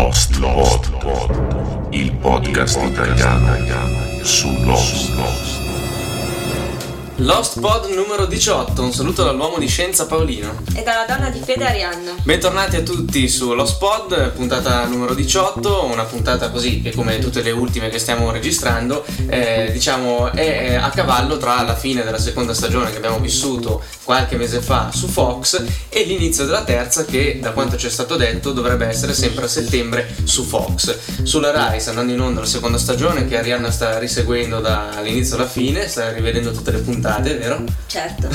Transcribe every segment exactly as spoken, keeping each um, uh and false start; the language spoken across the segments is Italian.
Lost Pod, Pod, il podcast italiano su Lost. Lost Pod numero diciotto, un saluto dall'uomo di scienza Paolino e dalla donna di fede Arianna. Bentornati a tutti su Lost Pod, puntata numero diciotto, una puntata così che come tutte le ultime che stiamo registrando eh, diciamo è a cavallo tra la fine della seconda stagione che abbiamo vissuto qualche mese fa su Fox e l'inizio della terza che da quanto ci è stato detto dovrebbe essere sempre a settembre su Fox. Sulla Rai sta andando in onda la seconda stagione che Arianna sta riseguendo dall'inizio alla fine, sta rivedendo tutte le puntate, vero? Certo.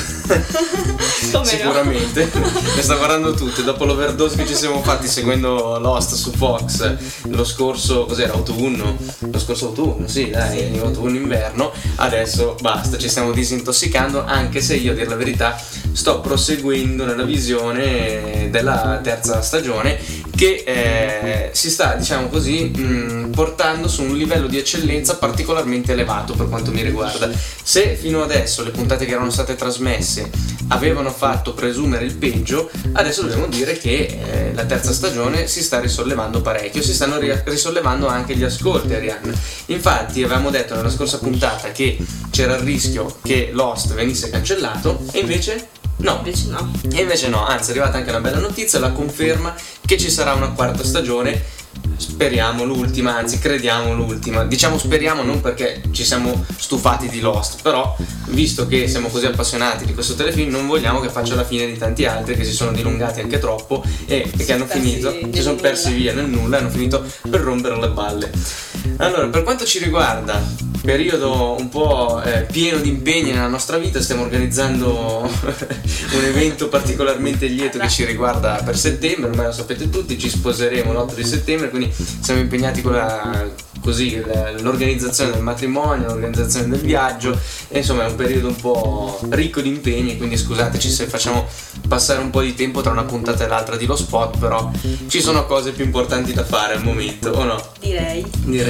Come sicuramente no? Le sta guardando tutte dopo l'overdose che ci siamo fatti seguendo Lost su Fox lo scorso, cos'era, autunno? Lo scorso autunno, sì dai, sì. Autunno inverno. Adesso basta, ci stiamo disintossicando, anche se io a dire la verità sto proseguendo nella visione della terza stagione che eh, si sta, diciamo così, mh, portando su un livello di eccellenza particolarmente elevato per quanto mi riguarda. Se fino adesso le puntate che erano state trasmesse avevano fatto presumere il peggio, adesso dobbiamo dire che eh, la terza stagione si sta risollevando parecchio, si stanno ri- risollevando anche gli ascolti, Arianna. Infatti avevamo detto nella scorsa puntata che c'era il rischio che Lost venisse cancellato e invece no, invece no. E invece no, anzi è arrivata anche una bella notizia, la conferma che ci sarà una quarta stagione. Speriamo l'ultima, anzi crediamo l'ultima. Diciamo speriamo non perché ci siamo stufati di Lost, però visto che siamo così appassionati di questo telefilm non vogliamo che faccia la fine di tanti altri che si sono dilungati anche troppo e che hanno finito, si sono persi via nel nulla e hanno finito per rompere le balle. Allora, per quanto ci riguarda, periodo un po' eh, pieno di impegni nella nostra vita, stiamo organizzando un evento particolarmente lieto che ci riguarda per settembre, ormai lo sapete tutti, ci sposeremo l'otto di settembre, quindi siamo impegnati con la, così, l'organizzazione del matrimonio, l'organizzazione del viaggio e insomma è un periodo un po' ricco di impegni, quindi scusateci se facciamo passare un po' di tempo tra una puntata e l'altra di Lo Spot, però ci sono cose più importanti da fare al momento, o no? Direi. Direi.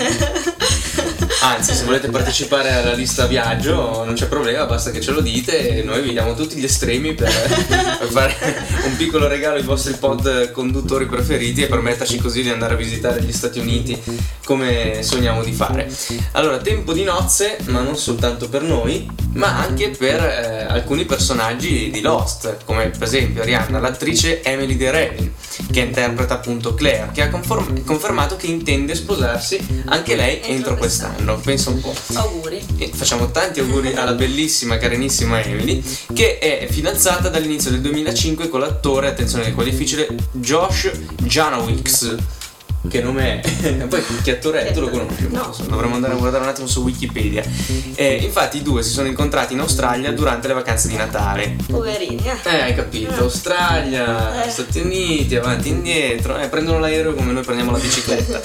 Anzi, se volete partecipare alla lista viaggio non c'è problema, basta che ce lo dite e noi vi diamo tutti gli estremi per, per fare un piccolo regalo ai vostri pod conduttori preferiti e permetterci così di andare a visitare gli Stati Uniti come sogniamo di fare. Allora, tempo di nozze, ma non soltanto per noi, ma anche per eh, alcuni personaggi di Lost, come per esempio Arianna, l'attrice Emily DeRevin, che interpreta appunto Claire, che ha conform- confermato che intende sposarsi anche lei entro, entro quest'anno. quest'anno. Pensa un po'. Auguri. E facciamo tanti auguri alla bellissima, carinissima Emily, che è fidanzata dall'inizio del duemilacinque con l'attore, attenzione che è difficile, Josh Janowicz. Che nome è? Poi che attore è? Tu lo conosci? No. Dovremmo andare a guardare un attimo su Wikipedia. Eh, infatti i due si sono incontrati in Australia durante le vacanze di Natale. Poverini, eh. Eh, hai capito? Eh. Australia, eh. Stati Uniti, avanti e indietro. Eh, prendono l'aereo come noi prendiamo la bicicletta.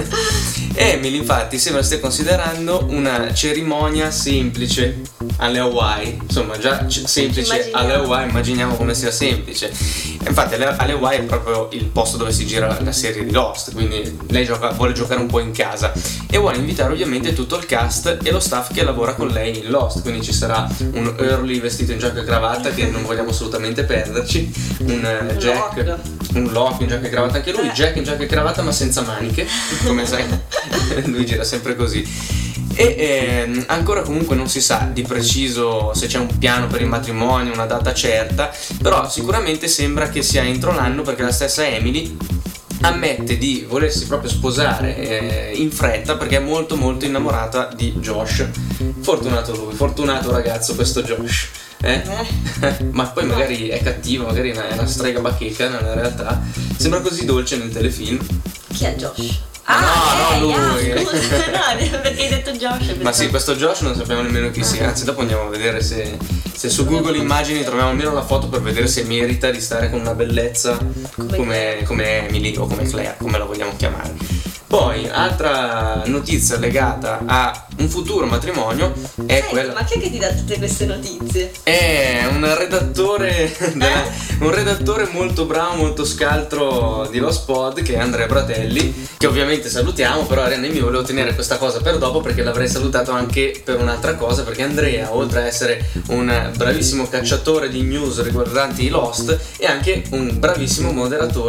Emily, infatti, sembra stia considerando una cerimonia semplice alle Hawaii. Insomma, già c- semplice alle Hawaii, immaginiamo come sia semplice. Infatti, alle, alle Hawaii è proprio il posto dove si gira la serie di Lost. Quindi lei gioca, vuole giocare un po' in casa e vuole invitare ovviamente tutto il cast e lo staff che lavora con lei in Lost, quindi ci sarà un Early vestito in giacca e cravatta che non vogliamo assolutamente perderci, un uh, Jack, Lock. un Locke in giacca e cravatta anche lui, eh. Jack in giacca e cravatta ma senza maniche, come sai lui gira sempre così. E ehm, ancora comunque non si sa di preciso se c'è un piano per il matrimonio, una data certa, però sicuramente sembra che sia entro l'anno perché la stessa Emily ammette di volersi proprio sposare eh, in fretta perché è molto molto innamorata di Josh. Fortunato lui, fortunato ragazzo questo Josh. Eh? Eh. Ma poi magari è cattivo, magari è una strega bacheca nella realtà. Sembra così dolce nel telefilm. Chi è Josh? Ah, ah, no, lei, no, lui. Ah, scusa, no, perché hai detto Josh. Ma sì, questo Josh non sappiamo nemmeno chi sia. Anzi, dopo andiamo a vedere se, se su Google Immagini troviamo almeno la foto per vedere se merita di stare con una bellezza come, come, come Emily o come Claire, come la vogliamo chiamare. Poi, altra notizia legata a un futuro matrimonio è eh, quella. Ma chi è che ti dà tutte queste notizie? È un redattore della, un redattore molto bravo, molto scaltro di Lost Pod, che è Andrea Bratelli, che ovviamente salutiamo, però Arianna mi volevo tenere questa cosa per dopo perché l'avrei salutato anche per un'altra cosa, perché Andrea, oltre a essere un bravissimo cacciatore di news riguardanti Lost, è anche un bravissimo moderatore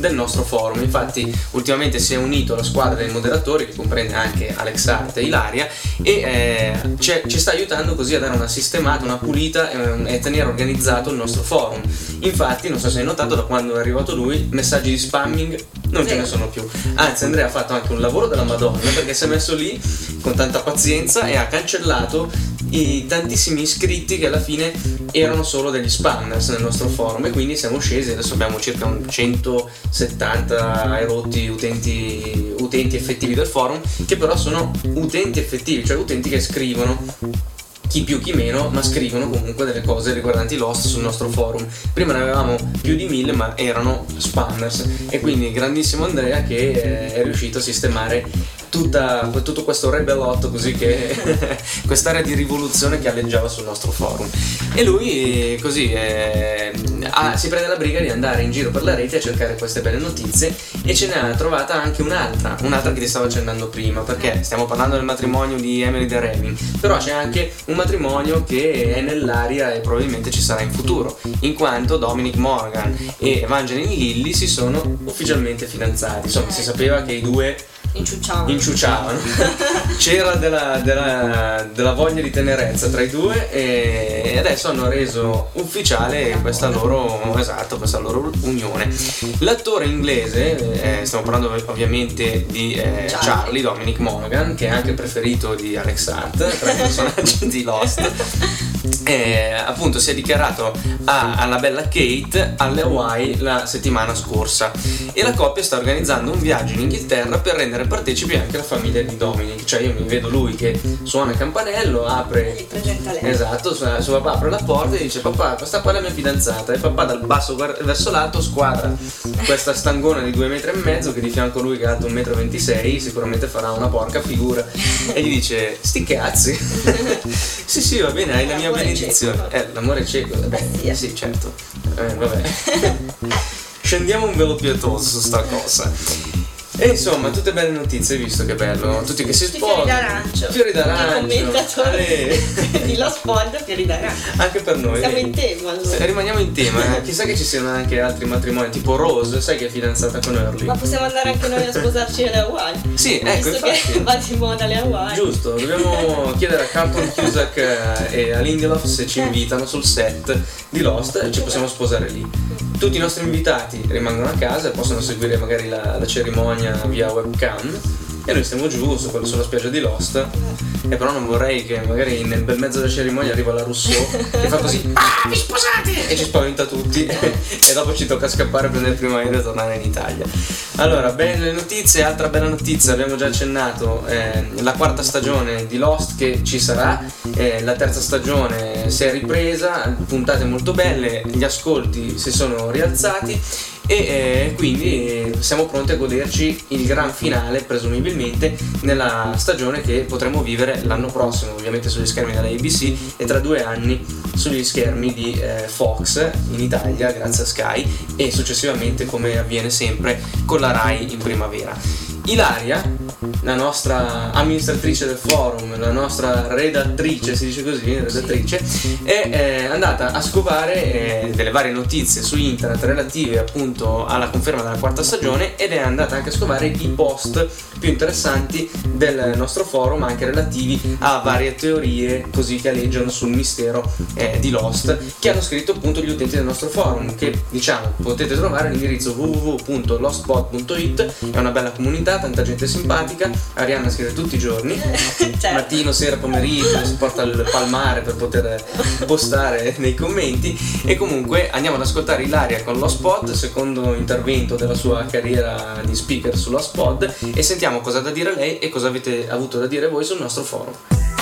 del nostro forum. Infatti ultimamente si è unito alla squadra dei moderatori, che comprende anche Alex Art e Ilaria, e eh, ci sta aiutando così a dare una sistemata, una pulita eh, e tenere organizzato il nostro forum. Infatti, non so se hai notato, da quando è arrivato lui, messaggi di spamming non ce ne sono più. Anzi, Andrea ha fatto anche un lavoro della Madonna, perché si è messo lì con tanta pazienza e ha cancellato i tantissimi iscritti che alla fine erano solo degli spammers nel nostro forum, e quindi siamo scesi. Adesso abbiamo circa un centosettanta erotti utenti, utenti effettivi del forum, che però sono utenti effettivi, cioè utenti che scrivono, chi più chi meno, ma scrivono comunque delle cose riguardanti Lost sul nostro forum. Prima ne avevamo più di mille, ma erano spammers, e quindi grandissimo Andrea che eh, è riuscito a sistemare tutta, tutto questo rebelotto, così che quest'area di rivoluzione che alleggiava sul nostro forum. E lui così eh, ah, si prende la briga di andare in giro per la rete a cercare queste belle notizie, e ce ne ha trovata anche un'altra, un'altra che ti stavo accennando prima, perché stiamo parlando del matrimonio di Emily e Remy, però c'è anche un matrimonio che è nell'aria e probabilmente ci sarà in futuro, in quanto Dominic Morgan e Evangeline Lilly si sono ufficialmente fidanzati. Insomma, si sapeva che i due inciucciavano, inciucciavano. C'era della, della, della voglia di tenerezza tra i due, e adesso hanno reso ufficiale questa loro, esatto, questa loro unione. L'attore inglese, eh, stiamo parlando ovviamente di eh, Charlie. Charlie Dominic Monaghan, che è anche il preferito di Alex Hart tra i personaggi di Lost, eh, appunto si è dichiarato a, alla bella Kate alle Hawaii la settimana scorsa, e la coppia sta organizzando un viaggio in Inghilterra per rendere partecipi anche la famiglia di Dominic. Cioè, io mi vedo lui che suona il campanello, apre, gli presenta lei. Esatto, suo, suo papà apre la porta e dice: papà, questa qua è la mia fidanzata. E papà dal basso verso l'alto squadra questa stangona di due metri e mezzo, che di fianco a lui, che è alto un metro e ventisei, sicuramente farà una porca figura, e gli dice: sti cazzi. Sì sì, va bene, hai la mia benedizione. Eh, l'amore è cieco. Beh, eh, sì, certo. Eh, vabbè. Scendiamo un velo pietoso su sta cosa. E insomma, tutte belle notizie, visto che bello, tutti che si sposano. Fiori d'arancio. Fiori d'arancio. I commentatori di Lost Pod, fiori d'arancio. Anche per noi. Siamo in tema, allora. Rimaniamo in tema, eh. Chissà che ci siano anche altri matrimoni, tipo Rose, sai che è fidanzata con Early. Ma possiamo andare anche noi a sposarci alle Hawaii? Sì, ecco, visto infatti. che va di moda le Hawaii. Giusto, dobbiamo chiedere a Carlton Cusack e a Lindelof se ci invitano sul set di Lost e ci possiamo sposare lì. Tutti i nostri invitati rimangono a casa e possono seguire magari la, la cerimonia via webcam, e noi stiamo giù su, sulla spiaggia di Lost. E però non vorrei che magari nel bel mezzo della cerimonia arriva la Rousseau e fa così: ah, vi sposate! E ci spaventa tutti e dopo ci tocca scappare, prendere il primo aereo e tornare in Italia. Allora, belle notizie. Altra bella notizia, abbiamo già accennato, eh, la quarta stagione di Lost che ci sarà, eh, la terza stagione si è ripresa, puntate molto belle, gli ascolti si sono rialzati, e eh, quindi siamo pronti a goderci il gran finale, presumibilmente, nella stagione che potremo vivere l'anno prossimo, ovviamente sugli schermi della A B C, e tra due anni sugli schermi di eh, Fox in Italia grazie a Sky, e successivamente, come avviene sempre, con la Rai in primavera. Ilaria, la nostra amministratrice del forum, la nostra redattrice, si dice così, redattrice, è eh, andata a scovare eh, delle varie notizie su internet relative appunto alla conferma della quarta stagione, ed è andata anche a scovare i post più interessanti del nostro forum, anche relativi a varie teorie così che alleggiano sul mistero eh, di Lost, che hanno scritto appunto gli utenti del nostro forum, che diciamo potete trovare all'indirizzo w w w punto lostpod punto it. È una bella comunità, tanta gente simpatica. Arianna scrive tutti i giorni, certo. Mattino, sera, pomeriggio, si porta il palmare per poter postare nei commenti. E comunque andiamo ad ascoltare Ilaria con Lost Pod, secondo intervento della sua carriera di speaker su Lost Pod, e sentiamo cosa ha da dire lei e cosa avete avuto da dire voi sul nostro forum.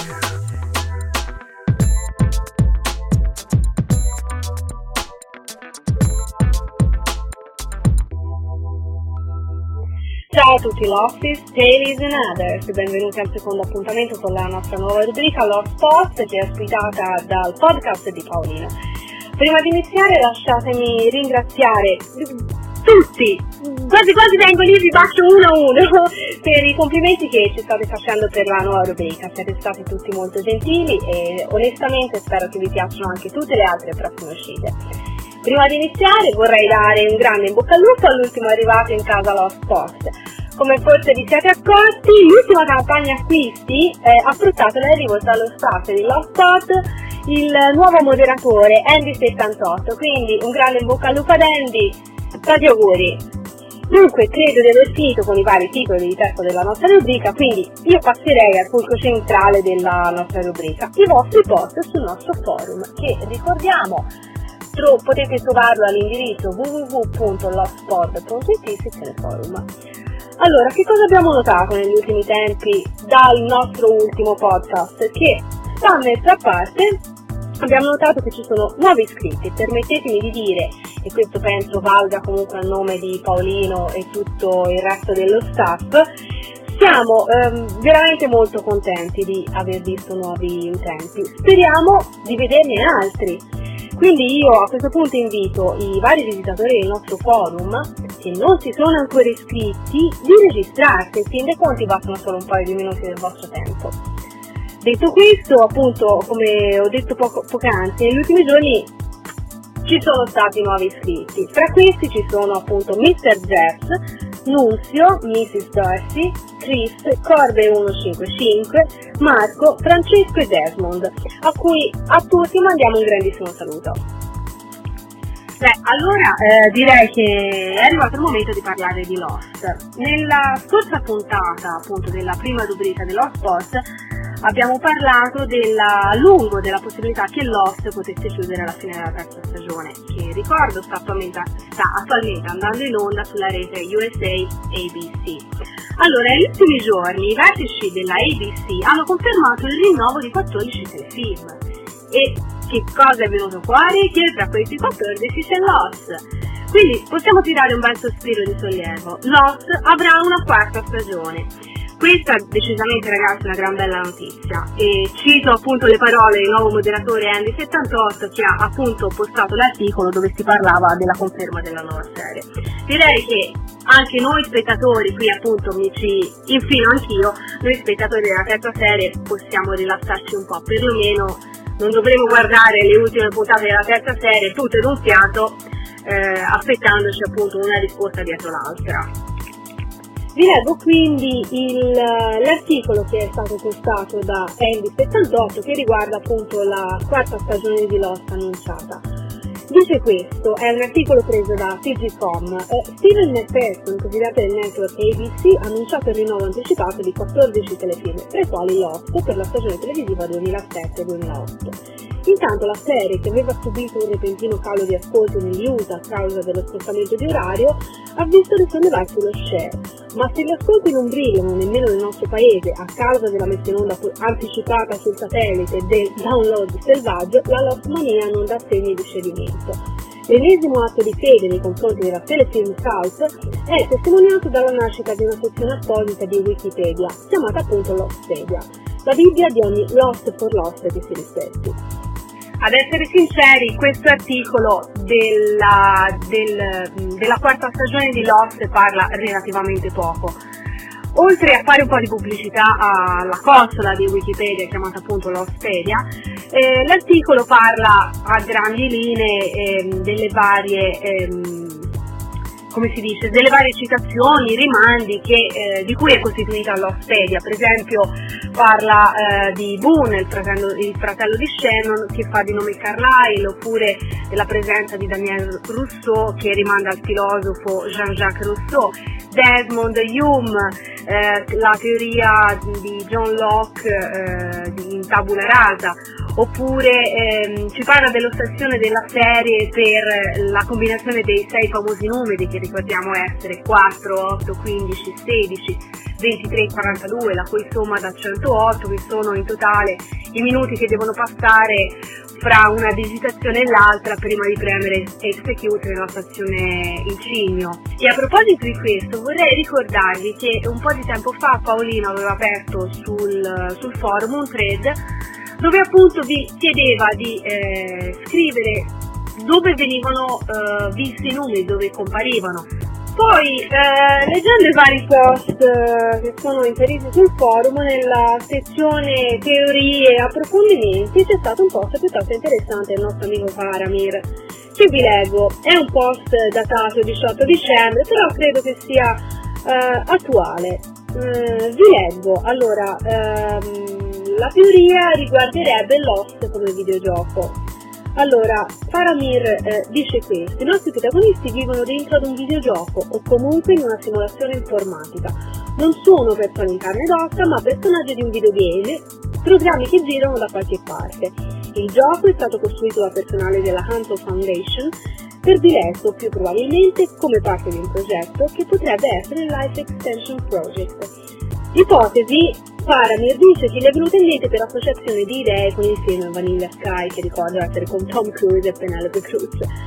Ciao a tutti Losties, Tales and Others, benvenuti al secondo appuntamento con la nostra nuova rubrica Lost Post, che è ospitata dal podcast di Paolino. Prima di iniziare lasciatemi ringraziare tutti, quasi quasi vengo lì, vi bacio uno a uno, per i complimenti che ci state facendo per la nuova rubrica. Siete stati tutti molto gentili e onestamente spero che vi piacciono anche tutte le altre prossime uscite. Prima di iniziare vorrei dare un grande in bocca al lupo all'ultimo arrivato in casa Lost Post. Come forse vi siete accorti, l'ultima campagna acquisti eh, ha fruttato l'arrivo dallo staff di Lost Post il nuovo moderatore Andy settantotto, quindi un grande in bocca al lupo ad Andy, tanti auguri. Dunque credo di aver finito con i vari titoli di testo della nostra rubrica, quindi io passerei al fulcro centrale della nostra rubrica, i vostri post sul nostro forum, che ricordiamo tro- potete trovarlo all'indirizzo w w w punto lostpod punto i t sezione forum. Allora, che cosa abbiamo notato negli ultimi tempi dal nostro ultimo podcast? Che Summer a parte abbiamo notato che ci sono nuovi iscritti. Permettetemi di dire, e questo penso valga comunque a nome di Paolino e tutto il resto dello staff, siamo ehm, veramente molto contenti di aver visto nuovi utenti. Speriamo di vederne altri. Quindi io a questo punto invito i vari visitatori del nostro forum, che non si sono ancora iscritti, di registrarsi. In fin dei conti bastano solo un paio di minuti del vostro tempo. Detto questo, appunto, come ho detto poco, poc'anzi, negli ultimi giorni ci sono stati nuovi iscritti. Tra questi ci sono appunto mister Jeffs, Nunzio, missus Darcy, Chris, Corbe centocinquantacinque, Marco, Francesco e Desmond, a cui a tutti mandiamo un grandissimo saluto. Beh, allora eh, direi che è arrivato il momento di parlare di Lost. Nella scorsa puntata, appunto, della prima rubrica di Lost Post, abbiamo parlato della, a lungo della possibilità che Lost potesse chiudere alla fine della terza stagione, che ricordo sta attualmente, sta attualmente andando in onda sulla rete U S A A B C. Allora, negli ultimi giorni i vertici della A B C hanno confermato il rinnovo di quattordici telefilm. E che cosa è venuto fuori? Che tra questi quattordici c'è Lost. Quindi possiamo tirare un bel sospiro di sollievo. Lost avrà una quarta stagione. Questa decisamente, ragazzi, è una gran bella notizia, e cito appunto le parole del nuovo moderatore Andy settantotto, che ha appunto postato l'articolo dove si parlava della conferma della nuova serie. Direi che anche noi spettatori, qui appunto mi ci infilo anch'io, noi spettatori della terza serie possiamo rilassarci un po', perlomeno non dovremo guardare le ultime puntate della terza serie tutte d'un fiato, eh, aspettandoci appunto una risposta dietro l'altra. Vi leggo quindi il, l'articolo che è stato postato da Andy settantotto, che riguarda appunto la quarta stagione di Lost annunciata. Dice questo, è un articolo preso da T G punto com. Eh, Steven McPherson, presidente del network A B C, ha annunciato il rinnovo anticipato di quattordici telefilm, tra i quali Lost per la stagione televisiva duemilasette duemilaotto. Intanto la serie, che aveva subito un repentino calo di ascolti negli U S A a causa dello spostamento di orario, ha visto risollevarsi lo share. Ma se gli ascolti non brillano nemmeno nel nostro paese a causa della messa in onda anticipata sul satellite e del download selvaggio, la Lost Mania non dà segni di cedimento. L'ennesimo atto di fede nei confronti della Telefilm South è testimoniato dalla nascita di una sezione apposita di Wikipedia, chiamata appunto Lostpedia, la Bibbia di ogni Lost for Lost che si rispetti. Ad essere sinceri, questo articolo della, del, della quarta stagione di Lost parla relativamente poco. Oltre a fare un po' di pubblicità alla consola di Wikipedia chiamata appunto Lostpedia, eh, l'articolo parla a grandi linee eh, delle varie eh, come si dice, delle varie citazioni, rimandi che, eh, di cui è costituita Lostpedia. Per esempio parla eh, di Boone, il fratello, il fratello di Shannon, che fa di nome Carlyle, oppure della presenza di Daniel Rousseau, che rimanda al filosofo Jean-Jacques Rousseau, Desmond Hume, eh, la teoria di John Locke eh, in Tabula Rasa, oppure ehm, ci parla dell'ossessione della serie per la combinazione dei sei famosi numeri, che ricordiamo essere quattro, otto, quindici, sedici, ventitré, quarantadue, la cui somma da centootto, che sono in totale i minuti che devono passare fra una digitazione e l'altra prima di premere execute nella stazione Il Cigno. E a proposito di questo vorrei ricordarvi che un po' di tempo fa Paolino aveva aperto sul, sul forum un thread dove appunto vi chiedeva di eh, scrivere dove venivano eh, visti i numeri, dove comparivano. Poi, eh, leggendo i vari post eh, che sono inseriti sul forum, nella sezione teorie e approfondimenti c'è stato un post piuttosto interessante del nostro amico Faramir, che vi leggo. È un post datato diciotto dicembre, però credo che sia eh, attuale. Eh, vi leggo. Allora, ehm, la teoria riguarderebbe Lost come videogioco. Allora, Faramir eh, dice questo: i nostri protagonisti vivono dentro ad un videogioco o comunque in una simulazione informatica. Non sono persone in carne ed ossa, ma personaggi di un videogame, programmi che girano da qualche parte. Il gioco è stato costruito da personale della Hanzo Foundation per diletto, più probabilmente come parte di un progetto che potrebbe essere il Life Extension Project. Ipotesi: Faramir dice che gli è venuta in mente per associazione di idee con il film Vanilla Sky, che ricordo essere con Tom Cruise e Penelope Cruz.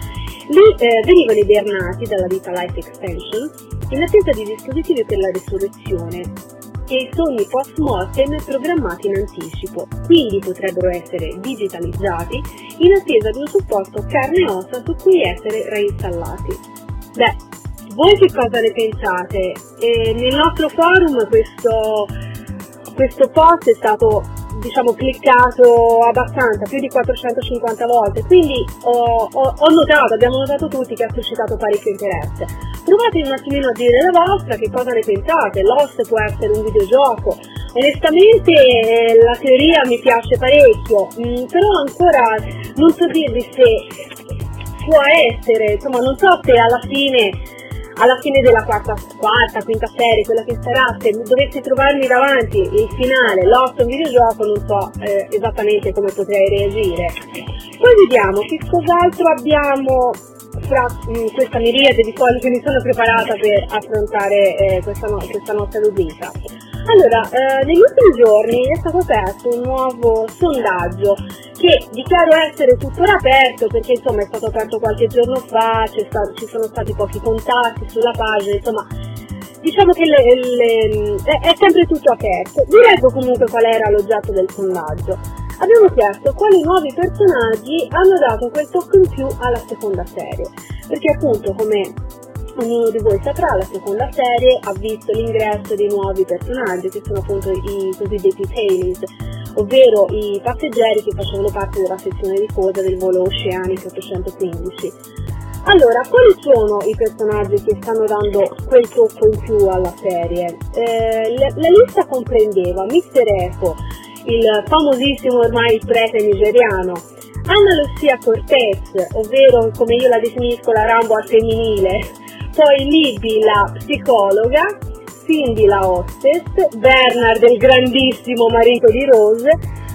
Lì eh, venivano ibernati dalla vita Life Extension in attesa di dispositivi per la risurrezione e i sogni post-mortem programmati in anticipo, quindi potrebbero essere digitalizzati in attesa di un supporto carne e ossa su cui essere reinstallati. Beh, voi che cosa ne pensate? E nel nostro forum questo, questo post è stato, diciamo, cliccato abbastanza, più di quattrocentocinquanta volte, quindi ho, ho, ho notato, abbiamo notato tutti che ha suscitato parecchio interesse. Provate un attimino a dire la vostra, che cosa ne pensate. Lost può essere un videogioco? Onestamente eh, la teoria mi piace parecchio, mh, però ancora non so dirvi se può essere, insomma non so se alla fine alla fine della quarta, quarta, quinta serie, quella che sarà, se dovessi trovarmi davanti il finale, Lost un videogioco, non so eh, esattamente come potrei reagire. Poi vediamo che cos'altro abbiamo fra mh, questa miriade di fogli che mi sono preparata per affrontare eh, questa, no- questa nostra rubrica. Allora, eh, negli ultimi giorni è stato aperto un nuovo sondaggio che dichiaro essere tuttora aperto perché insomma è stato aperto qualche giorno fa, c'è sta- ci sono stati pochi contatti sulla pagina, insomma diciamo che le, le, è, è sempre tutto aperto. Vi leggo comunque qual era l'oggetto del sondaggio. Abbiamo chiesto quali nuovi personaggi hanno dato quel tocco in più alla seconda serie, perché appunto, come ognuno di voi saprà, la seconda serie ha visto l'ingresso di nuovi personaggi che sono appunto i cosiddetti tailies, ovvero i passeggeri che facevano parte della sezione di coda del volo Oceanic ottocentoquindici. Allora, quali sono i personaggi che stanno dando quel tocco in più alla serie? Eh, la, la lista comprendeva mister Eko, il famosissimo ormai prete nigeriano, Ana Lucia Cortez, ovvero come io la definisco la Rambo al femminile, poi Libby la psicologa, Cindy la hostess, Bernard il grandissimo marito di Rose,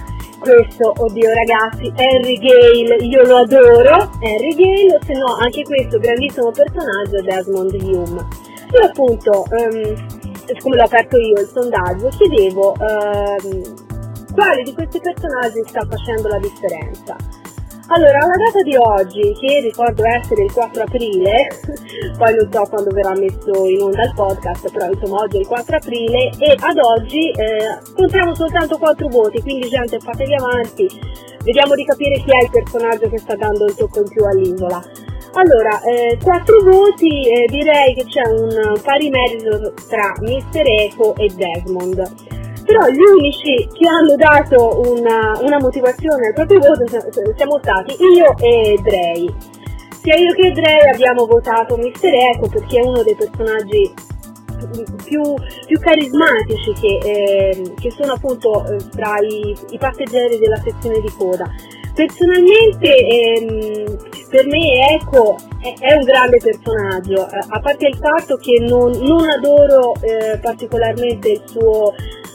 questo, oddio ragazzi, Henry Gale, io lo adoro, Henry Gale, se no anche questo grandissimo personaggio, Desmond Hume. Io appunto, um, siccome l'ho aperto io il sondaggio, chiedevo um, quale di questi personaggi sta facendo la differenza. Allora, alla data di oggi, che ricordo essere il quattro aprile, poi non so quando verrà messo in onda il podcast, però insomma oggi è il quattro aprile e ad oggi eh, contiamo soltanto quattro voti, quindi gente fatevi avanti, vediamo di capire chi è il personaggio che sta dando il tocco in più all'isola. Allora, eh, quattro voti, eh, direi che c'è un pari merito tra mister Eko e Desmond. Però gli unici che hanno dato una, una motivazione al proprio voto siamo stati io e Drey. Sia io che Drey abbiamo votato mister Eko perché è uno dei personaggi più, più carismatici che, eh, che sono appunto eh, tra i, i passeggeri della sezione di coda. Personalmente ehm, per me Eko è, è un grande personaggio, eh, a parte il fatto che non, non adoro eh, particolarmente il suo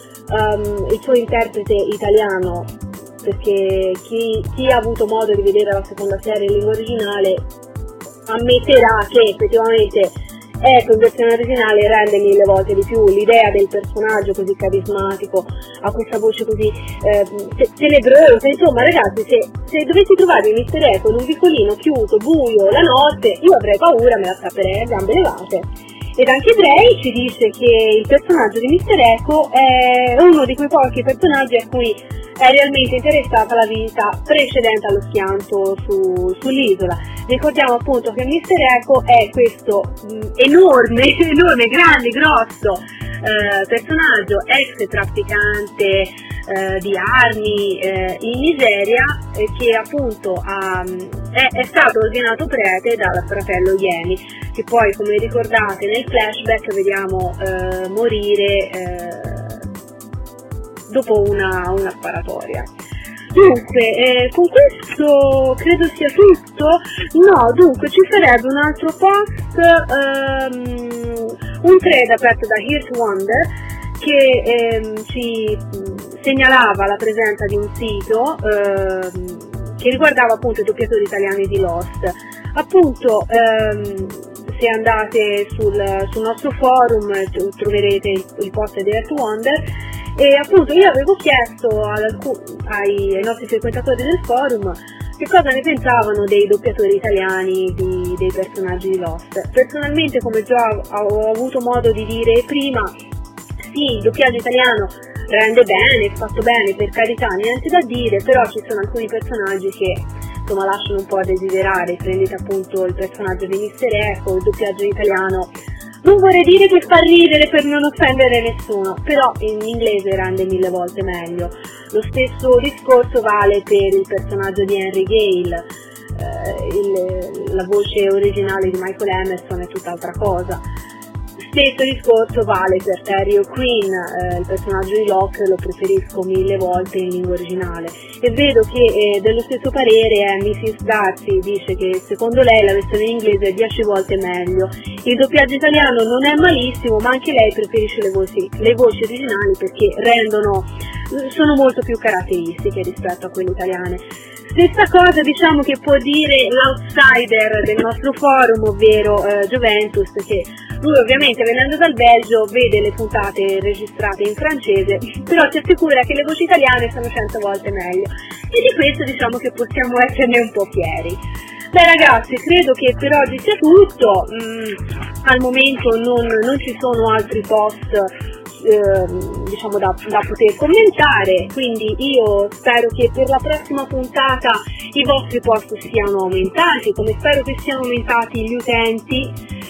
Um, il suo interprete italiano, perché chi, chi ha avuto modo di vedere la seconda serie in lingua originale ammetterà che effettivamente ecco, in versione originale rende mille volte di più. L'idea del personaggio così carismatico, ha questa voce così eh, tenebrosa, insomma ragazzi, se, se dovessi trovarmi mister Eko in un vicolino chiuso, buio, la notte, io avrei paura, me la strapperei a gambe levate. Ed anche Drey ci dice che il personaggio di mister Eko è uno di quei pochi personaggi a cui è realmente interessata la vita precedente allo schianto su, sull'isola. Ricordiamo appunto che mister Eko è questo mh, enorme, enorme, grande, grosso eh, personaggio, ex trafficante eh, di armi eh, in Nigeria, eh, che appunto ha, è, è stato ordinato prete dal fratello Yemi, che poi, come ricordate nel flashback, vediamo eh, morire eh, dopo una, una sparatoria. Dunque, eh, con questo credo sia tutto. No, dunque ci sarebbe un altro post, ehm, un thread aperto da Here's Wonder, che ehm, ci segnalava la presenza di un sito ehm, che riguardava appunto i doppiatori italiani di Lost. Appunto, ehm, se andate sul, sul nostro forum troverete il, il post di Here's Wonder. E appunto io avevo chiesto ad alcun, ai, ai nostri frequentatori del forum che cosa ne pensavano dei doppiatori italiani di, dei personaggi di Lost. Personalmente, come già ho avuto modo di dire prima, sì, il doppiaggio italiano rende bene, è fatto bene, per carità, niente da dire, però ci sono alcuni personaggi che insomma lasciano un po' a desiderare. Prendete appunto il personaggio di mister Eko, il doppiaggio in italiano. Non vorrei dire che fa ridere per non offendere nessuno, però in inglese rende mille volte meglio. Lo stesso discorso vale per il personaggio di Henry Gale, eh, il, la voce originale di Michael Emerson è tutt'altra cosa. Stesso discorso vale per Terry O'Quinn, eh, il personaggio di Locke lo preferisco mille volte in lingua originale. E vedo che eh, dello stesso parere è missus Darcy, dice che secondo lei la versione in inglese è dieci volte meglio. Il doppiaggio italiano non è malissimo, ma anche lei preferisce le voci, le voci originali perché rendono, sono molto più caratteristiche rispetto a quelle italiane. Stessa cosa diciamo che può dire l'outsider del nostro forum, ovvero eh, Juventus, che lui ovviamente venendo dal Belgio vede le puntate registrate in francese, però ci assicura che le voci italiane sono cento volte meglio, e di questo diciamo che possiamo esserne un po' fieri. Beh ragazzi, credo che per oggi sia tutto. Mm, al momento non, non ci sono altri post eh, diciamo da, da poter commentare, quindi io spero che per la prossima puntata i vostri post siano aumentati, come spero che siano aumentati gli utenti,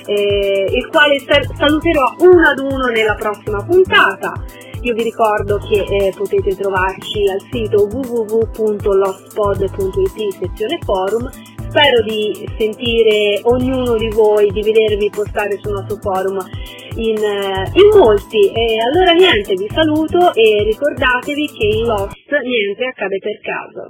eh, il quale saluterò uno ad uno nella prossima puntata. Io vi ricordo che eh, potete trovarci al sito w w w punto lostpod punto i t sezione forum. Spero di sentire ognuno di voi, di vedervi postare sul nostro forum in, in molti. E allora niente, vi saluto e ricordatevi che in Lost niente accade per caso.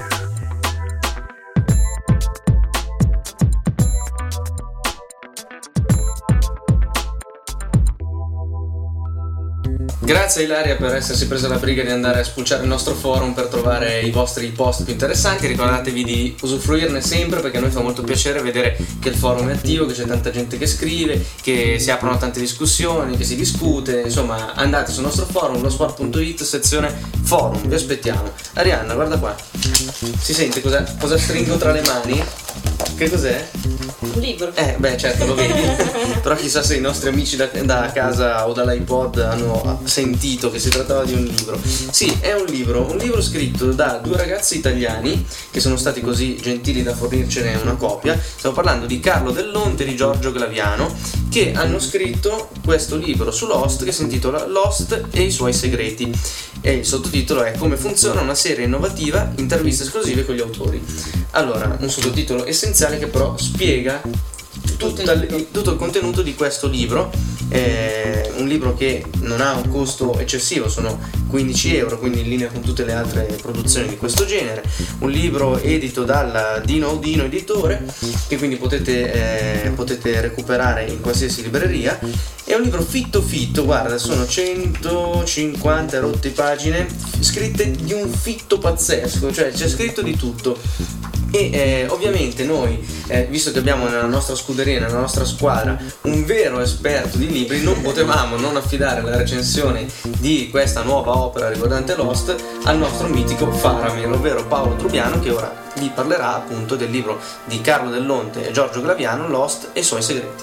Grazie Ilaria per essersi presa la briga di andare a spulciare il nostro forum per trovare i vostri post più interessanti. Ricordatevi di usufruirne sempre, perché a noi fa molto piacere vedere che il forum è attivo, che c'è tanta gente che scrive, che si aprono tante discussioni, che si discute. Insomma, andate sul nostro forum, lospod punto it, sezione forum, vi aspettiamo. Arianna, guarda qua, si sente cosa, cosa stringo tra le mani? Che cos'è? Un libro. Eh, beh, certo, lo vedi. Però chissà se i nostri amici da, da casa o dall'iPod hanno sentito che si trattava di un libro. Sì, è un libro, un libro scritto da due ragazzi italiani che sono stati così gentili da fornircene una copia. Stiamo parlando di Carlo Dell'Onte e di Giorgio Glaviano, che hanno scritto questo libro su Lost che si intitola Lost e i suoi segreti, e il sottotitolo è Come funziona una serie innovativa, interviste esclusive con gli autori. Allora, un sottotitolo essenziale che però spiega tutto il, tutto il contenuto di questo libro. È un libro che non ha un costo eccessivo, sono quindici euro, quindi in linea con tutte le altre produzioni di questo genere. Un libro edito dal Dino Audino editore, che quindi potete, eh, potete recuperare in qualsiasi libreria. È un libro fitto fitto, guarda, sono centocinquanta rotte pagine scritte di un fitto pazzesco, cioè c'è scritto di tutto. E eh, ovviamente noi, eh, visto che abbiamo nella nostra scuderia, nella nostra squadra, un vero esperto di libri, non potevamo non affidare la recensione di questa nuova opera riguardante Lost al nostro mitico Faramir, ovvero Paolo Trubiano, che ora vi parlerà appunto del libro di Carlo Dell'Onte e Giorgio Glaviano, Lost e i suoi segreti.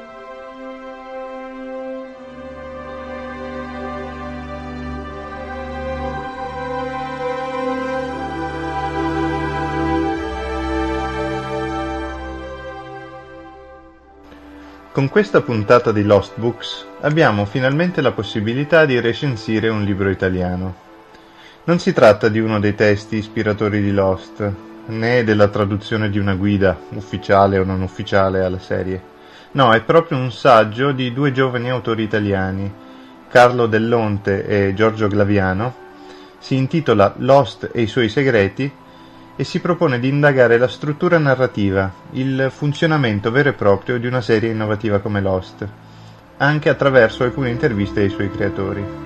Con questa puntata di Lost Books abbiamo finalmente la possibilità di recensire un libro italiano. Non si tratta di uno dei testi ispiratori di Lost, né della traduzione di una guida, ufficiale o non ufficiale, alla serie. No, è proprio un saggio di due giovani autori italiani, Carlo Dell'Onte e Giorgio Glaviano. Si intitola Lost e i suoi segreti e si propone di indagare la struttura narrativa, il funzionamento vero e proprio di una serie innovativa come Lost, anche attraverso alcune interviste ai suoi creatori.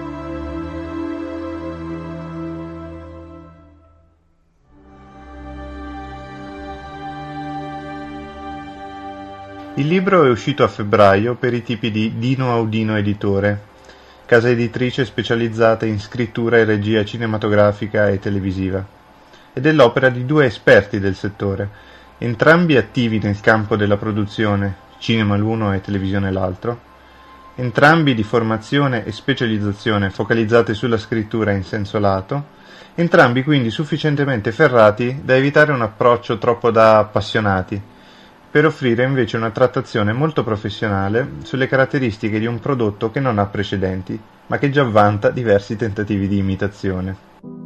Il libro è uscito a febbraio per i tipi di Dino Audino Editore, casa editrice specializzata in scrittura e regia cinematografica e televisiva, ed è l'opera di due esperti del settore, entrambi attivi nel campo della produzione, cinema l'uno e televisione l'altro, entrambi di formazione e specializzazione focalizzate sulla scrittura in senso lato, entrambi quindi sufficientemente ferrati da evitare un approccio troppo da appassionati, per offrire invece una trattazione molto professionale sulle caratteristiche di un prodotto che non ha precedenti, ma che già vanta diversi tentativi di imitazione.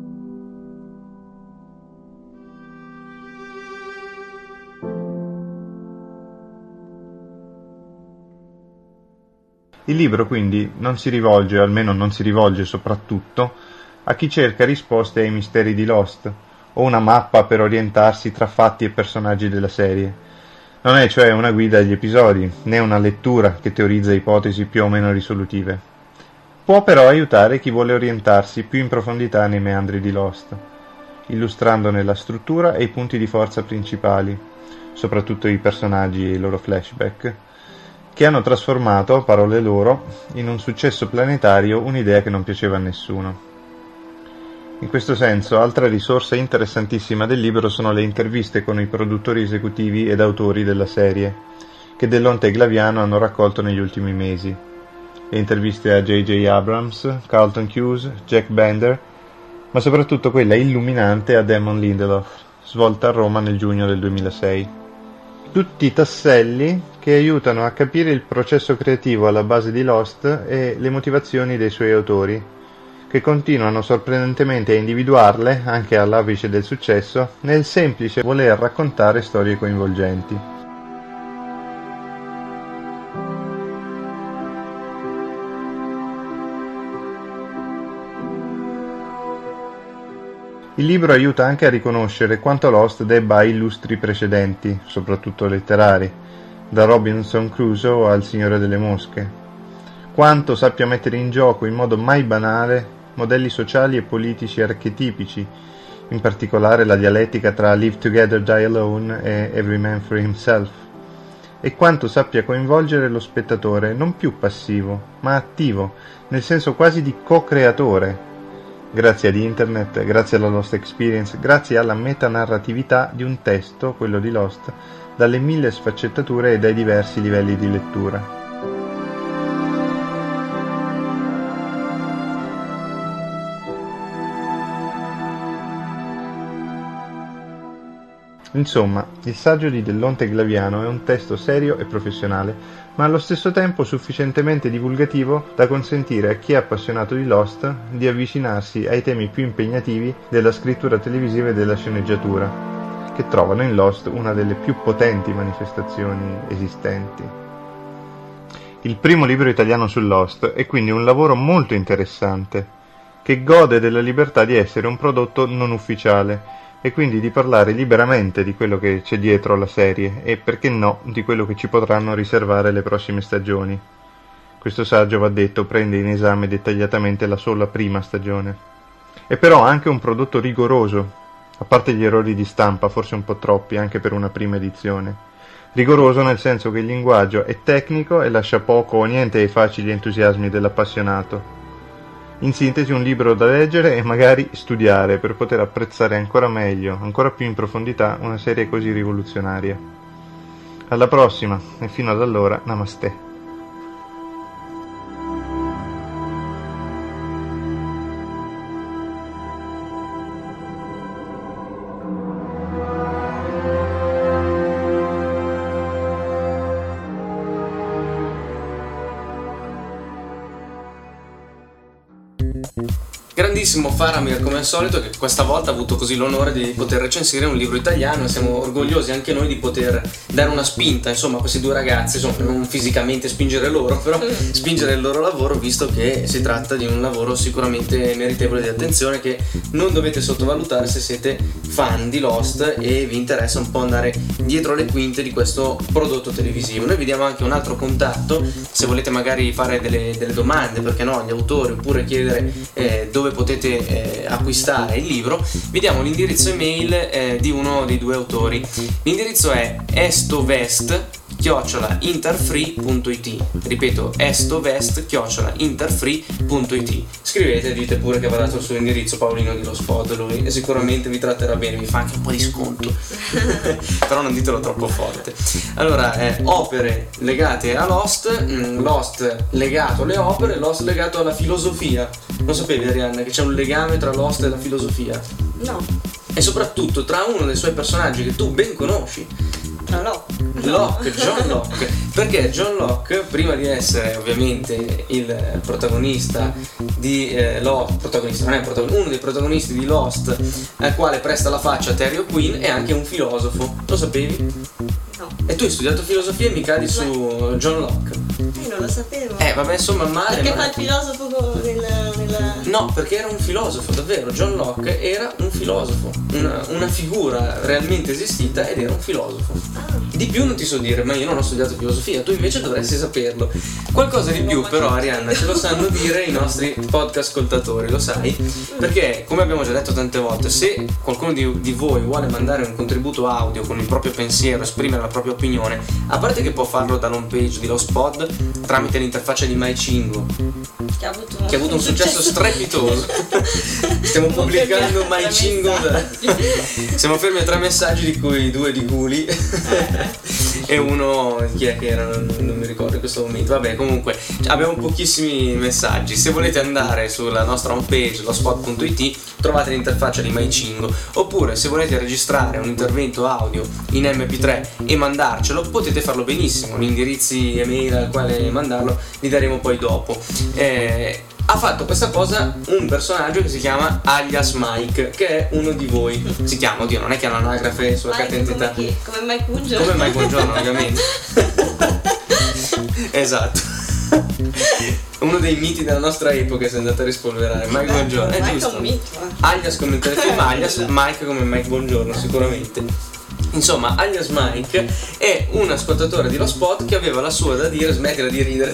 Il libro quindi non si rivolge, o almeno non si rivolge soprattutto, a chi cerca risposte ai misteri di Lost, o una mappa per orientarsi tra fatti e personaggi della serie. Non è cioè una guida agli episodi, né una lettura che teorizza ipotesi più o meno risolutive. Può però aiutare chi vuole orientarsi più in profondità nei meandri di Lost, illustrandone la struttura e i punti di forza principali, soprattutto i personaggi e i loro flashback, che hanno trasformato, a parole loro, in un successo planetario un'idea che non piaceva a nessuno. In questo senso, altra risorsa interessantissima del libro sono le interviste con i produttori esecutivi ed autori della serie, che Dell'Onte e Glaviano hanno raccolto negli ultimi mesi. Le interviste a J J Abrams, Carlton Cuse, Jack Bender, ma soprattutto quella illuminante a Damon Lindelof, svolta a Roma nel giugno del duemilasei. Tutti tasselli che aiutano a capire il processo creativo alla base di Lost e le motivazioni dei suoi autori, che continuano sorprendentemente a individuarle, anche all'apice del successo, nel semplice voler raccontare storie coinvolgenti. Il libro aiuta anche a riconoscere quanto Lost debba a illustri precedenti, soprattutto letterari, da Robinson Crusoe al Signore delle Mosche, quanto sappia mettere in gioco in modo mai banale modelli sociali e politici archetipici, in particolare la dialettica tra Live Together, Die Alone e Every Man for Himself, e quanto sappia coinvolgere lo spettatore non più passivo, ma attivo, nel senso quasi di co-creatore, grazie ad internet, grazie alla Lost Experience, grazie alla metanarratività di un testo, quello di Lost, dalle mille sfaccettature e dai diversi livelli di lettura. Insomma, il saggio di Dell'Onte e Glaviano è un testo serio e professionale, ma allo stesso tempo sufficientemente divulgativo da consentire a chi è appassionato di Lost di avvicinarsi ai temi più impegnativi della scrittura televisiva e della sceneggiatura, che trovano in Lost una delle più potenti manifestazioni esistenti. Il primo libro italiano su Lost è quindi un lavoro molto interessante, che gode della libertà di essere un prodotto non ufficiale, e quindi di parlare liberamente di quello che c'è dietro alla serie e, perché no, di quello che ci potranno riservare le prossime stagioni. Questo saggio, va detto, prende in esame dettagliatamente la sola prima stagione. È però anche un prodotto rigoroso, a parte gli errori di stampa, forse un po' troppi anche per una prima edizione. Rigoroso nel senso che il linguaggio è tecnico e lascia poco o niente ai facili entusiasmi dell'appassionato. In sintesi, un libro da leggere e magari studiare per poter apprezzare ancora meglio, ancora più in profondità, una serie così rivoluzionaria. Alla prossima e fino ad allora, namaste. Grandissimo Faramir come al solito, che questa volta ha avuto così l'onore di poter recensire un libro italiano, e siamo orgogliosi anche noi di poter dare una spinta insomma a questi due ragazzi, insomma non fisicamente spingere loro, però spingere il loro lavoro, visto che si tratta di un lavoro sicuramente meritevole di attenzione, che non dovete sottovalutare se siete fan di Lost e vi interessa un po' andare dietro le quinte di questo prodotto televisivo. Noi vi diamo anche un altro contatto se volete magari fare delle, delle domande, perché no, agli autori, oppure chiedere eh, dove potete eh, acquistare il libro. Vi diamo l'indirizzo email eh, di uno dei due autori. L'indirizzo è estovest chiocciola interfree punto it. Ripeto, estovest chiocciola interfree punto it. Scrivete e dite pure che avete dato il suo indirizzo, Paolino di Lo Spot, lui e sicuramente vi tratterà bene, vi fa anche un po' di sconto. Però non ditelo troppo forte. Allora, eh, opere legate a Lost, mh, Lost legato alle opere, Lost legato alla filosofia. Lo sapevi, Arianna, che c'è un legame tra Lost e la filosofia? No. E soprattutto tra uno dei suoi personaggi che tu ben conosci, Tra Locke. Locke, John Locke. Perché John Locke, prima di essere ovviamente il protagonista di eh, Lost, protagonista, non è protagonista, uno dei protagonisti di Lost, al quale presta la faccia Terry O'Quinn, è anche un filosofo. Lo sapevi? No. E tu hai studiato filosofia e mi cadi su John Locke. Io non lo sapevo. Eh, vabbè, insomma, male. Perché male. fa il filosofo con- nella, nella... No, perché era un filosofo, davvero. John Locke era un filosofo, una, una figura realmente esistita ed era un filosofo. Di più non ti so dire, ma io non ho studiato filosofia, tu invece dovresti saperlo. Qualcosa di più però, Arianna, ce lo sanno dire i nostri podcast ascoltatori, lo sai? Perché, come abbiamo già detto tante volte, se qualcuno di, di voi vuole mandare un contributo audio con il proprio pensiero, esprimere la propria opinione, a parte che può farlo dall'home page di Lost Pod tramite l'interfaccia di MyCingo, Che ha avuto, che ha avuto un successo strepitoso. Stiamo pubblicando MyCingo da... Siamo fermi a tre messaggi, di cui due di Guli e uno, chi è che era? Non, non mi ricordo in questo momento. Vabbè, comunque abbiamo pochissimi messaggi. Se volete andare sulla nostra homepage lospot punto it trovate l'interfaccia di MyCingo, oppure se volete registrare un intervento audio in emme pi tre e mandarcelo, potete farlo benissimo. Gli indirizzi email al quale mandarlo li daremo poi dopo. eh, Ha fatto questa cosa un personaggio che si chiama Alias Mike, che è uno di voi. Si chiama, oddio, non è che ha l'anagrafe sulla carta Mike d'identità. come, chi? Come Mike Buongiorno. Come Mike Buongiorno, ovviamente. Esatto. Uno dei miti della nostra epoca, se andate a rispolverare. Mike Buongiorno, è Mike è giusto. un mito, eh. Alias come il telefilm Alias, Mike come Mike Buongiorno, sicuramente. Insomma, Alias Mike è un ascoltatore di Lo Spot che aveva la sua da dire, smettila di ridere,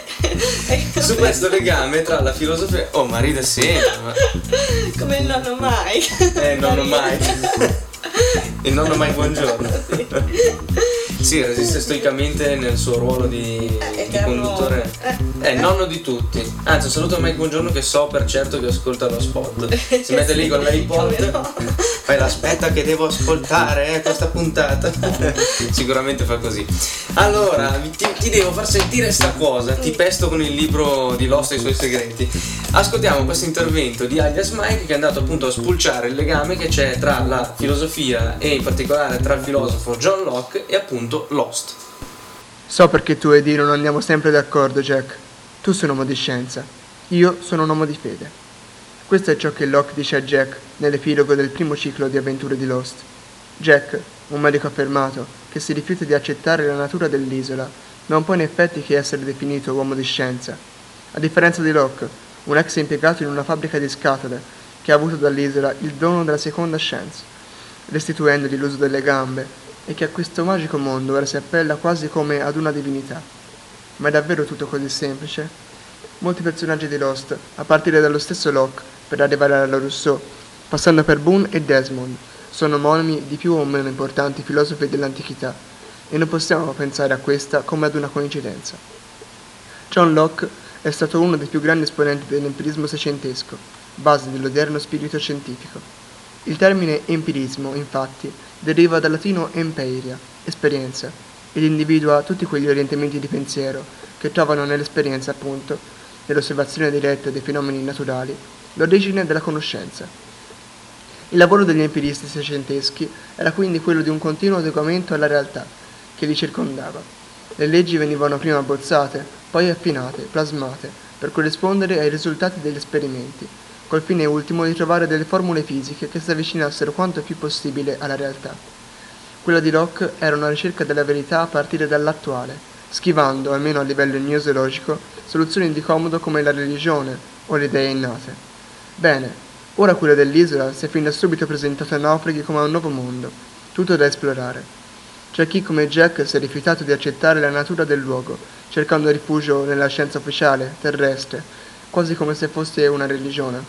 su questo legame tra la filosofia... Oh, ma ride sempre, ma... Come il nonno Mike. Eh, il nonno Mike. Il nonno Mike Buongiorno. Sì, resiste stoicamente nel suo ruolo di, Eh, di conduttore. È il nonno di tutti. Anzi, un saluto a Mike Buongiorno, che so per certo che ascolta Lo Spot. Si mette lì con l'iPod, fai l'aspetta che devo ascoltare eh, questa puntata. Sicuramente fa così. Allora, ti, ti devo far sentire sta cosa. Ti pesto con il libro di Lost e i suoi segreti. Ascoltiamo questo intervento di Alias Mike, che è andato appunto a spulciare il legame che c'è tra la filosofia e in particolare tra il filosofo John Locke e appunto Lost. So perché tu ed io non andiamo sempre d'accordo, Jack. Tu sei un uomo di scienza, io sono un uomo di fede. Questo è ciò che Locke dice a Jack nell'epilogo del primo ciclo di avventure di Lost. Jack, un medico affermato, che si rifiuta di accettare la natura dell'isola, non può in effetti che essere definito uomo di scienza. A differenza di Locke, un ex impiegato in una fabbrica di scatole, che ha avuto dall'isola il dono della seconda scienza, restituendogli l'uso delle gambe, e che a questo magico mondo ora si appella quasi come ad una divinità. Ma è davvero tutto così semplice? Molti personaggi di Lost, a partire dallo stesso Locke, per arrivare alla Rousseau, passando per Boone e Desmond, sono omonimi di più o meno importanti filosofi dell'antichità, e non possiamo pensare a questa come ad una coincidenza. John Locke è stato uno dei più grandi esponenti dell'empirismo seicentesco, base dell'odierno spirito scientifico. Il termine empirismo, infatti, deriva dal latino empiria, esperienza, ed individua tutti quegli orientamenti di pensiero che trovano nell'esperienza, appunto, nell'osservazione diretta dei fenomeni naturali, l'origine della conoscenza. Il lavoro degli empiristi seicenteschi era quindi quello di un continuo adeguamento alla realtà che li circondava. Le leggi venivano prima abbozzate, poi affinate, plasmate, per corrispondere ai risultati degli esperimenti, col fine ultimo di trovare delle formule fisiche che si avvicinassero quanto più possibile alla realtà. Quella di Locke era una ricerca della verità a partire dall'attuale, schivando, almeno a livello gnoseologico, soluzioni di comodo come la religione o le idee innate. Bene, ora quella dell'isola si è fin da subito presentato ai naufraghi come un nuovo mondo, tutto da esplorare. C'è chi come Jack si è rifiutato di accettare la natura del luogo, cercando rifugio nella scienza ufficiale, terrestre, quasi come se fosse una religione.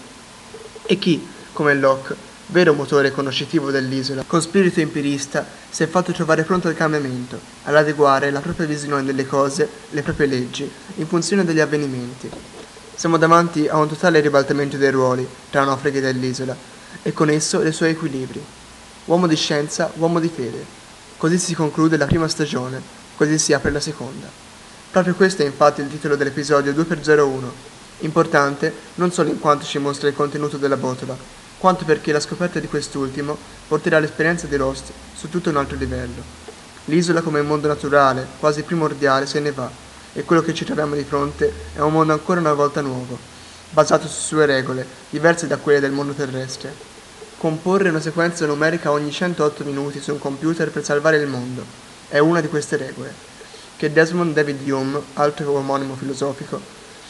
E chi, come Locke, vero motore conoscitivo dell'isola, con spirito empirista, si è fatto trovare pronto al cambiamento, ad adeguare la propria visione delle cose, le proprie leggi, in funzione degli avvenimenti. Siamo davanti a un totale ribaltamento dei ruoli tra naufraghi dell'isola, e con esso dei suoi equilibri. Uomo di scienza, uomo di fede. Così si conclude la prima stagione, così si apre la seconda. Proprio questo è infatti il titolo dell'episodio due per zero uno, importante non solo in quanto ci mostra il contenuto della botola, quanto perché la scoperta di quest'ultimo porterà l'esperienza di Lost su tutto un altro livello. L'isola come mondo naturale, quasi primordiale, se ne va, e quello che ci troviamo di fronte è un mondo ancora una volta nuovo, basato su sue regole, diverse da quelle del mondo terrestre. Comporre una sequenza numerica ogni centootto minuti su un computer per salvare il mondo è una di queste regole, che Desmond David Hume, altro omonimo filosofico,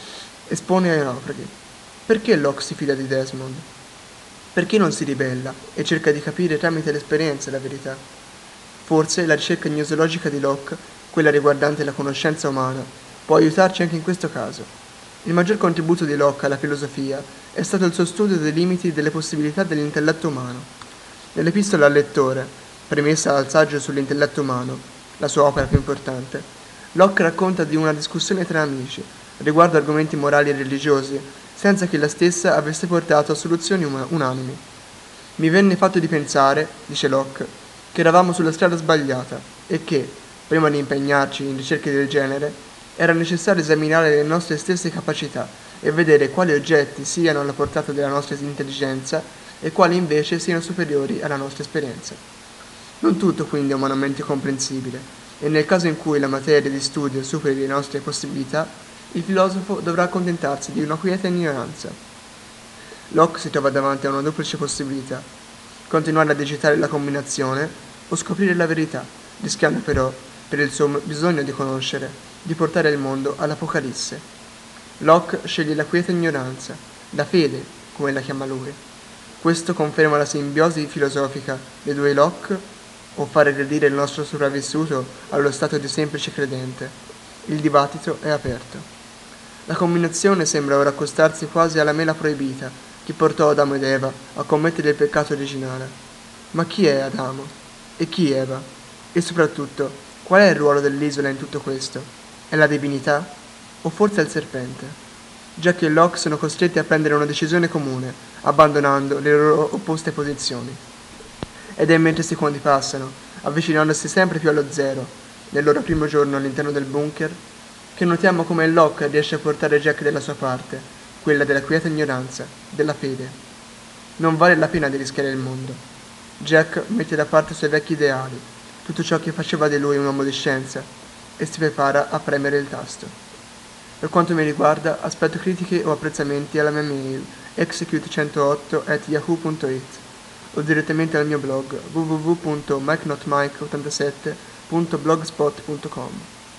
espone ai naufraghi. Perché Locke si fida di Desmond? Perché non si ribella e cerca di capire tramite l'esperienza la verità? Forse la ricerca gnoseologica di Locke, quella riguardante la conoscenza umana, può aiutarci anche in questo caso. Il maggior contributo di Locke alla filosofia è stato il suo studio dei limiti e delle possibilità dell'intelletto umano. Nell'epistola al lettore, premessa al saggio sull'intelletto umano, la sua opera più importante, Locke racconta di una discussione tra amici riguardo argomenti morali e religiosi, senza che la stessa avesse portato a soluzioni uma- unanimi. Mi venne fatto di pensare, dice Locke, che eravamo sulla strada sbagliata e che, prima di impegnarci in ricerche del genere, era necessario esaminare le nostre stesse capacità e vedere quali oggetti siano alla portata della nostra intelligenza e quali invece siano superiori alla nostra esperienza. Non tutto quindi è umanamente comprensibile, e nel caso in cui la materia di studio superi le nostre possibilità, il filosofo dovrà accontentarsi di una quieta ignoranza. Locke si trova davanti a una duplice possibilità: continuare a digitare la combinazione o scoprire la verità, rischiando però, per il suo bisogno di conoscere, di portare il mondo all'Apocalisse. Locke sceglie la quieta ignoranza, la fede, come la chiama lui. Questo conferma la simbiosi filosofica dei due Locke, o fa regredire il nostro sopravvissuto allo stato di semplice credente. Il dibattito è aperto. La combinazione sembra ora accostarsi quasi alla mela proibita che portò Adamo ed Eva a commettere il peccato originale. Ma chi è Adamo? E chi Eva? E soprattutto, qual è il ruolo dell'isola in tutto questo? È la divinità? O forse il serpente? Jack e Locke sono costretti a prendere una decisione comune, abbandonando le loro opposte posizioni. Ed è mentre i secondi passano, avvicinandosi sempre più allo zero, nel loro primo giorno all'interno del bunker, che notiamo come Locke riesce a portare Jack dalla sua parte, quella della quieta ignoranza, della fede. Non vale la pena di rischiare il mondo. Jack mette da parte i suoi vecchi ideali, tutto ciò che faceva di lui un uomo di scienza, e si prepara a premere il tasto. Per quanto mi riguarda, aspetto critiche o apprezzamenti alla mia mail execute centootto at yahoo punto it o direttamente al mio blog w w w punto mike not mike ottantasette punto blogspot punto com.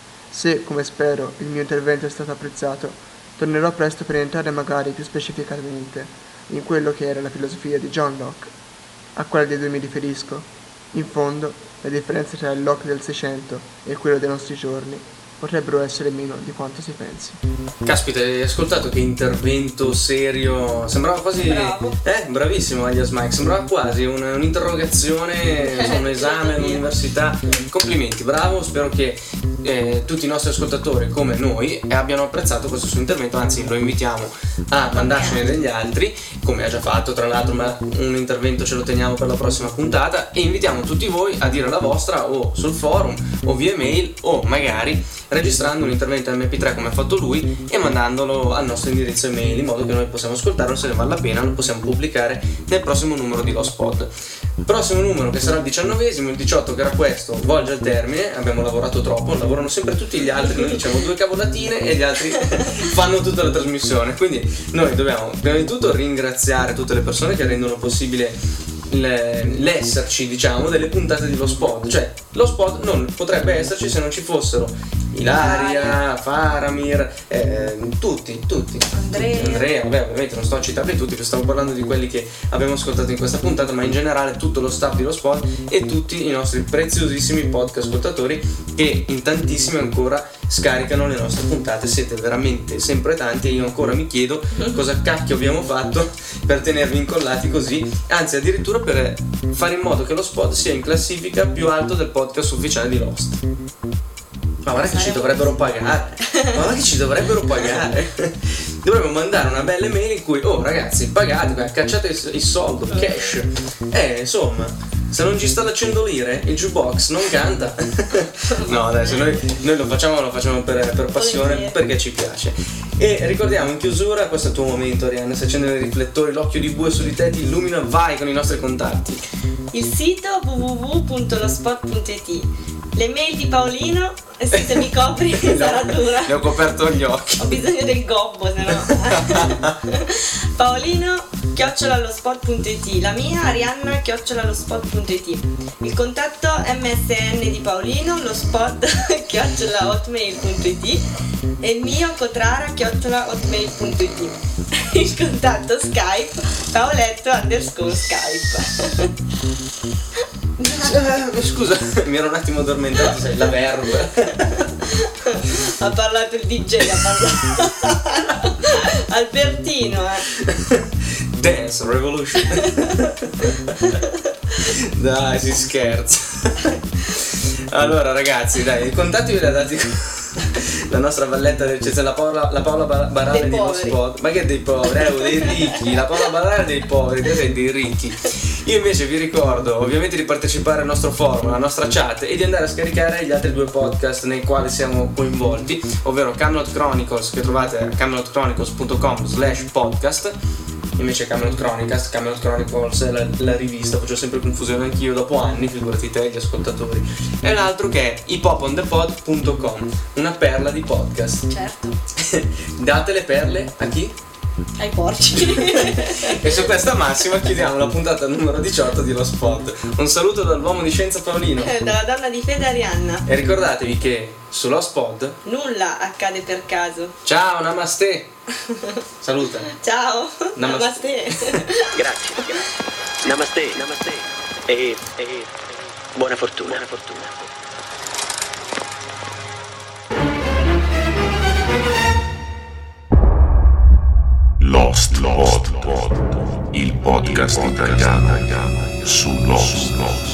Se, come spero, il mio intervento è stato apprezzato, tornerò presto per entrare magari più specificatamente in quello che era la filosofia di John Locke. A quale dei due mi riferisco? In fondo, le differenze tra il Locke del Seicento e quello dei nostri giorni potrebbero essere meno di quanto si pensi. Caspita, hai ascoltato che intervento serio? Sembrava quasi... Bravo. Eh, bravissimo Alias Mike, sembrava quasi un, un'interrogazione su un esame all'università. Complimenti, bravo, spero che eh, tutti i nostri ascoltatori come noi abbiano apprezzato questo suo intervento, anzi lo invitiamo a mandarcene degli altri, come ha già fatto tra l'altro, ma un intervento ce lo teniamo per la prossima puntata, e invitiamo tutti voi a dire la vostra o sul forum o via mail o magari registrando un intervento emme pi tre come ha fatto lui e mandandolo al nostro indirizzo email, in modo che noi possiamo ascoltarlo, se ne vale la pena lo possiamo pubblicare nel prossimo numero di Lost Pod. Il prossimo numero, che sarà il diciannovesimo, il diciotto che era questo, volge al termine. Abbiamo lavorato troppo, lavorano sempre tutti gli altri, noi diciamo due cavolatine e gli altri fanno tutta la trasmissione. Quindi noi dobbiamo prima di tutto ringraziare tutte le persone che rendono possibile l'esserci, diciamo, delle puntate di Lost Pod. Cioè Lost Pod non potrebbe esserci se non ci fossero Ilaria, Faramir, eh, tutti, tutti Andrea. Andrea, vabbè, ovviamente non sto a citarli tutti, stiamo parlando di quelli che abbiamo ascoltato in questa puntata, ma in generale tutto lo staff di Lost Pod e tutti i nostri preziosissimi podcast ascoltatori che in tantissimi ancora scaricano le nostre puntate. Siete veramente sempre tanti e io ancora mi chiedo cosa cacchio abbiamo fatto per tenervi incollati così, anzi addirittura per fare in modo che lo Spot sia in classifica più alto del podcast ufficiale di Lost. Ma guarda che ci dovrebbero pagare, ma guarda che ci dovrebbero pagare. Dovremmo mandare una bella email in cui, oh ragazzi, pagate, cacciate il, il soldo, cash. Eh, insomma, se non ci sta la cento lire, il jukebox non canta. No, adesso noi, noi lo facciamo, lo facciamo per, per passione, perché ci piace. E ricordiamo in chiusura, questo è il tuo momento, Arianna, se accendi i riflettori, l'occhio di bue su di te ti illumina, vai con i nostri contatti. Il sito w w w punto lospot punto i t, l'email di Paolino, e se te mi copri sarà dura. Ne ho coperto gli occhi. Ho bisogno del gobbo, se no. Paolino chiocciola lo spot punto i t, la mia Arianna chiocciola lo spot punto i t, il contatto emme esse enne di Paolino, lo spot chiocciola hotmail punto i t e il mio Cotrara chiocciola hotmail punto i t, il contatto Skype Paoletto underscore Skype. Scusa, mi ero un attimo addormentato, sai, la verba. Ha parlato il di jay, ha parlato Albertino, eh. Dance Revolution. Dai, si scherza. Allora ragazzi, dai, i contatti ve li ha dati la nostra valletta del Cezze, la Paola, la Paola Barale di Lost Pod. Ma che dei poveri, eh, dei ricchi. La Paola Barale dei poveri, te sei dei ricchi. Io invece vi ricordo ovviamente di partecipare al nostro forum, alla nostra chat e di andare a scaricare gli altri due podcast nei quali siamo coinvolti, ovvero Camelot Chronicles, che trovate a camelot chronicles punto com slash podcast. Invece Camelot Chronicles, Camelot Chronicles è la, la rivista, faccio sempre confusione anch'io dopo anni, figurati te gli ascoltatori. E l'altro che è hip hop on the pod punto com, una perla di podcast. Certo. Date le perle a chi? Ai porci. E su questa massima chiudiamo la puntata numero diciotto di Lo Spot. Un saluto dall'uomo di scienza Paolino e dalla donna di fede Arianna. E ricordatevi che su Lo Spot nulla accade per caso. Ciao, namaste. Saluta. Ciao. Namaste. Namaste. Grazie, grazie. Namaste, namaste. E, e buona fortuna. Buona fortuna. Lost Pod, il podcast italiano su Lost.